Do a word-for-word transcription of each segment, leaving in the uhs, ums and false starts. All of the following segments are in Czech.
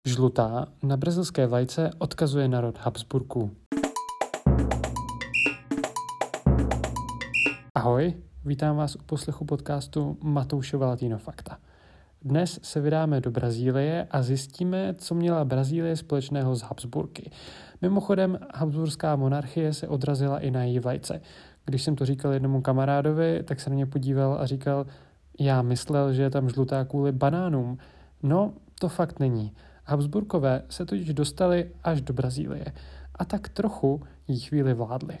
Žlutá na brazilské vlajce odkazuje na rod Habsburků. Ahoj, vítám vás u poslechu podcastu Matoušova Latino Fakta. Dnes se vydáme do Brazílie a zjistíme, co měla Brazílie společného s Habsburky. Mimochodem, habsburská monarchie se odrazila i na její vlajce. Když jsem to říkal jednomu kamarádovi, tak se na mě podíval a říkal, já myslel, že je tam žlutá kvůli banánům. No, to fakt není. Habsburkové se totiž dostali až do Brazílie a tak trochu jí chvíli vládli.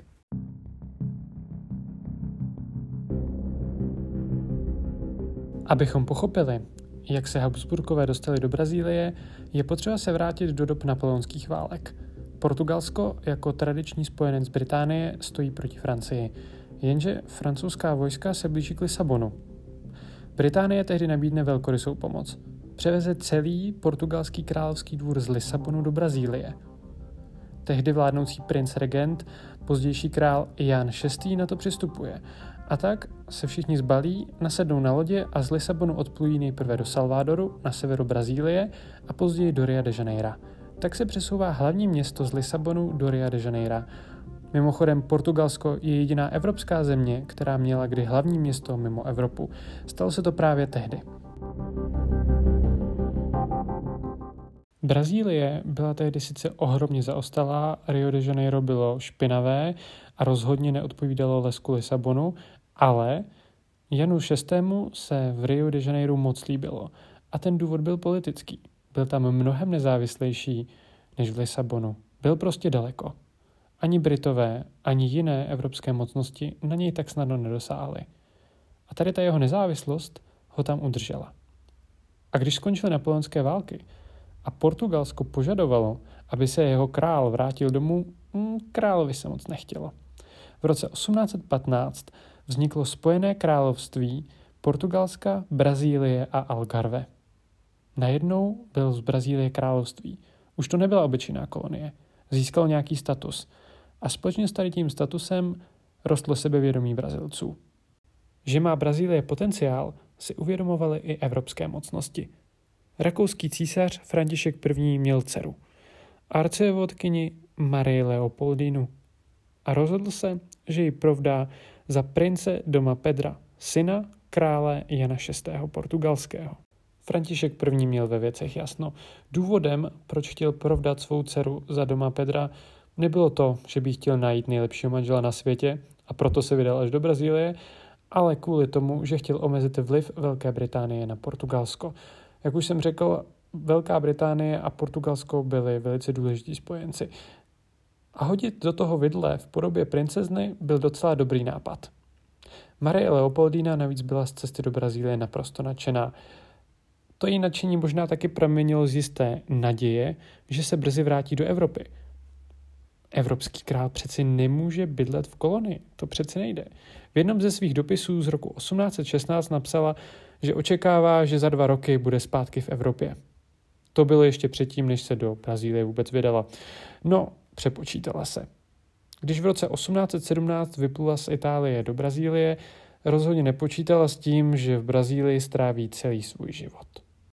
Abychom pochopili, jak se Habsburkové dostali do Brazílie, je potřeba se vrátit do dob napoleonských válek. Portugalsko jako tradiční spojenec Británie stojí proti Francii, jenže francouzská vojska se blíží k Lisabonu. Británie tehdy nabídne velkorysou pomoc. Převeze celý portugalský královský dvůr z Lisabonu do Brazílie. Tehdy vládnoucí princ regent, pozdější král Jan šestý na to přistupuje. A tak se všichni zbalí, nasednou na lodě a z Lisabonu odplují nejprve do Salvadoru na severu Brazílie a později do Ria de Janeiro. Tak se přesouvá hlavní město z Lisabonu do Ria de Janeiro. Mimochodem Portugalsko je jediná evropská země, která měla kdy hlavní město mimo Evropu. Stalo se to právě tehdy. Brazílie byla tehdy sice ohromně zaostalá, Rio de Janeiro bylo špinavé a rozhodně neodpovídalo lesku Lisabonu, ale Janu šestému se v Rio de Janeiro moc líbilo a ten důvod byl politický. Byl tam mnohem nezávislejší než v Lisabonu. Byl prostě daleko. Ani Britové, ani jiné evropské mocnosti na něj tak snadno nedosáhly. A tady ta jeho nezávislost ho tam udržela. A když skončily napoleonské války a Portugalsko požadovalo, aby se jeho král vrátil domů, královi se moc nechtělo. V roce osmnáct set patnáct vzniklo Spojené království Portugalska, Brazílie a Algarve. Najednou byl z Brazílie království. Už to nebyla obyčejná kolonie. Získal nějaký status. A společně s tady tím statusem rostlo sebevědomí Brazilců. Že má Brazílie potenciál, si uvědomovaly i evropské mocnosti. Rakouský císař František první měl dceru, arcivévodkyni Marii Leopoldinu, a rozhodl se, že ji provdá za prince Doma Pedra, syna krále Jana šestého portugalského. František první měl ve věcech jasno. Důvodem, proč chtěl provdat svou dceru za Doma Pedra, nebylo to, že by chtěl najít nejlepšího manžela na světě a proto se vydal až do Brazílie, ale kvůli tomu, že chtěl omezit vliv Velké Británie na Portugalsko. Jak už jsem řekl, Velká Británie a Portugalsko byly velice důležití spojenci. A hodit do toho vidle v podobě princezny byl docela dobrý nápad. Marie Leopoldina navíc byla z cesty do Brazílie naprosto nadšená. To její nadšení možná taky proměnilo z jisté naděje, že se brzy vrátí do Evropy. Evropský král přeci nemůže bydlet v kolonii, to přeci nejde. V jednom ze svých dopisů z roku osmnáct set šestnáct napsala, že očekává, že za dva roky bude zpátky v Evropě. To bylo ještě předtím, než se do Brazílie vůbec vydala. No, přepočítala se. Když v roce osmnáct set sedmnáct vyplula z Itálie do Brazílie, rozhodně nepočítala s tím, že v Brazílii stráví celý svůj život.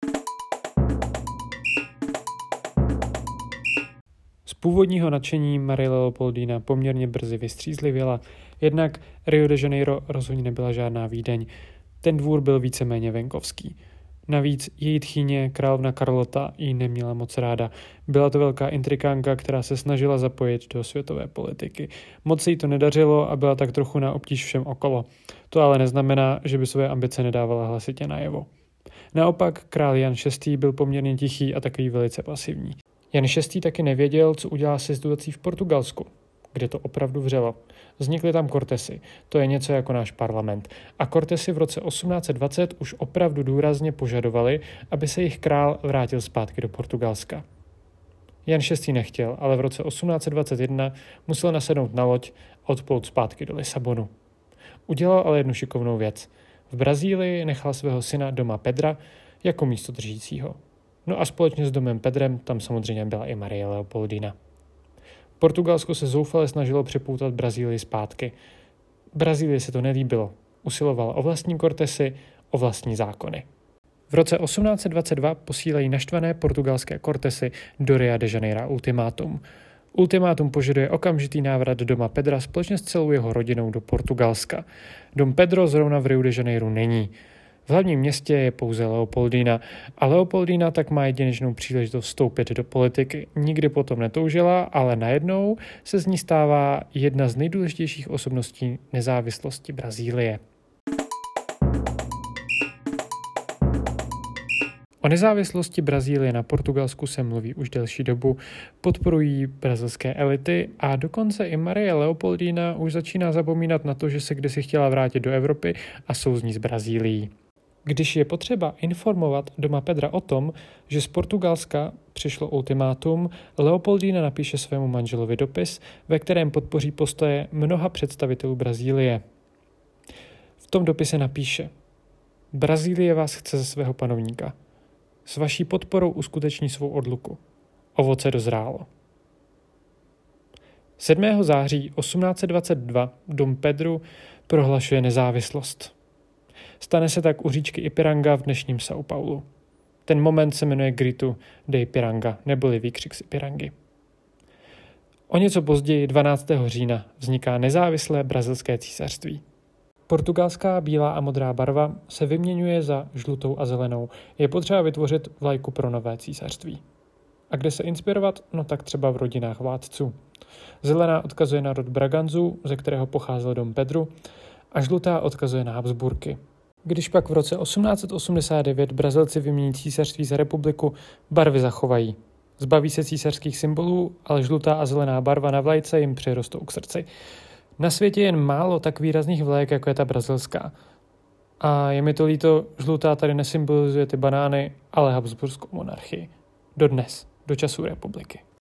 Z původního nadšení Marie Leopoldina poměrně brzy vystřízlivěla, jednak Rio de Janeiro rozhodně nebyla žádná Vídeň. Ten dvůr byl víceméně venkovský. Navíc její tchýně, královna Carlota, ji neměla moc ráda. Byla to velká intrikánka, která se snažila zapojit do světové politiky. Moc se jí to nedařilo a byla tak trochu na obtíž všem okolo. To ale neznamená, že by své ambice nedávala hlasitě najevo. Naopak král Jan šestý byl poměrně tichý a takový velice pasivní. Jan šestý taky nevěděl, co udělá se situací v Portugalsku, kde to opravdu vřelo. Vznikly tam Cortesy, to je něco jako náš parlament. A Cortesy v roce osmnáct set dvacet už opravdu důrazně požadovali, aby se jejich král vrátil zpátky do Portugalska. Jan šestý nechtěl, ale v roce osmnáct set dvacet jedna musel nasednout na loď a odplout zpátky do Lisabonu. Udělal ale jednu šikovnou věc. V Brazílii nechal svého syna Doma Pedra jako místodržícího. No a společně s Domem Pedrem tam samozřejmě byla i Marie Leopoldina. Portugalsko se zoufale snažilo připoutat Brazílii zpátky. Brazílii se to nelíbilo. Usilovala o vlastní Cortesy, o vlastní zákony. V roce osmnáct set dvacet dva posílají naštvané portugalské Cortesy do Ria de Janeiro ultimátum. Ultimátum požaduje okamžitý návrat doma Pedra společně s celou jeho rodinou do Portugalska. Dom Pedro zrovna v Riu de Janeiro není. V hlavním městě je pouze Leopoldina a Leopoldina tak má jedinečnou příležitost vstoupit do politiky. Nikdy potom netoužila, ale najednou se z ní stává jedna z nejdůležitějších osobností nezávislosti Brazílie. O nezávislosti Brazílie na Portugalsku se mluví už delší dobu, podporují brazilské elity a dokonce i Marie Leopoldina už začíná zapomínat na to, že se kdysi chtěla vrátit do Evropy a souzní s Brazílií. Když je potřeba informovat doma Pedra o tom, že z Portugalska přišlo ultimátum, Leopoldina napíše svému manželovi dopis, ve kterém podpoří postoje mnoha představitelů Brazílie. V tom dopise napíše: Brazílie vás chce ze svého panovníka. S vaší podporou uskuteční svou odluku. Ovoce dozrálo. sedmého září osmnáct set dvacet dva dom Pedru prohlašuje nezávislost. Stane se tak u říčky Ipiranga v dnešním São Paulo. Ten moment se jmenuje Grito de Ipiranga, neboli výkřik z Ipirangy. O něco později, dvanáctého října, vzniká nezávislé brazilské císařství. Portugalská bílá a modrá barva se vyměňuje za žlutou a zelenou. Je potřeba vytvořit vlajku pro nové císařství. A kde se inspirovat? No tak třeba v rodinách vládců. Zelená odkazuje na rod Braganzů, ze kterého pocházel dom Pedru, a žlutá odkazuje na Habsburky. Když pak v roce osmnáct set osmdesát devět Brazilci vymění císařství za republiku, barvy zachovají. Zbaví se císařských symbolů, ale žlutá a zelená barva na vlajce jim přirostou k srdci. Na světě je jen málo tak výrazných vlajek, jako je ta brazilská. A je mi to líto, žlutá tady nesymbolizuje ty banány, ale habsburskou monarchii. Dodnes, do času republiky.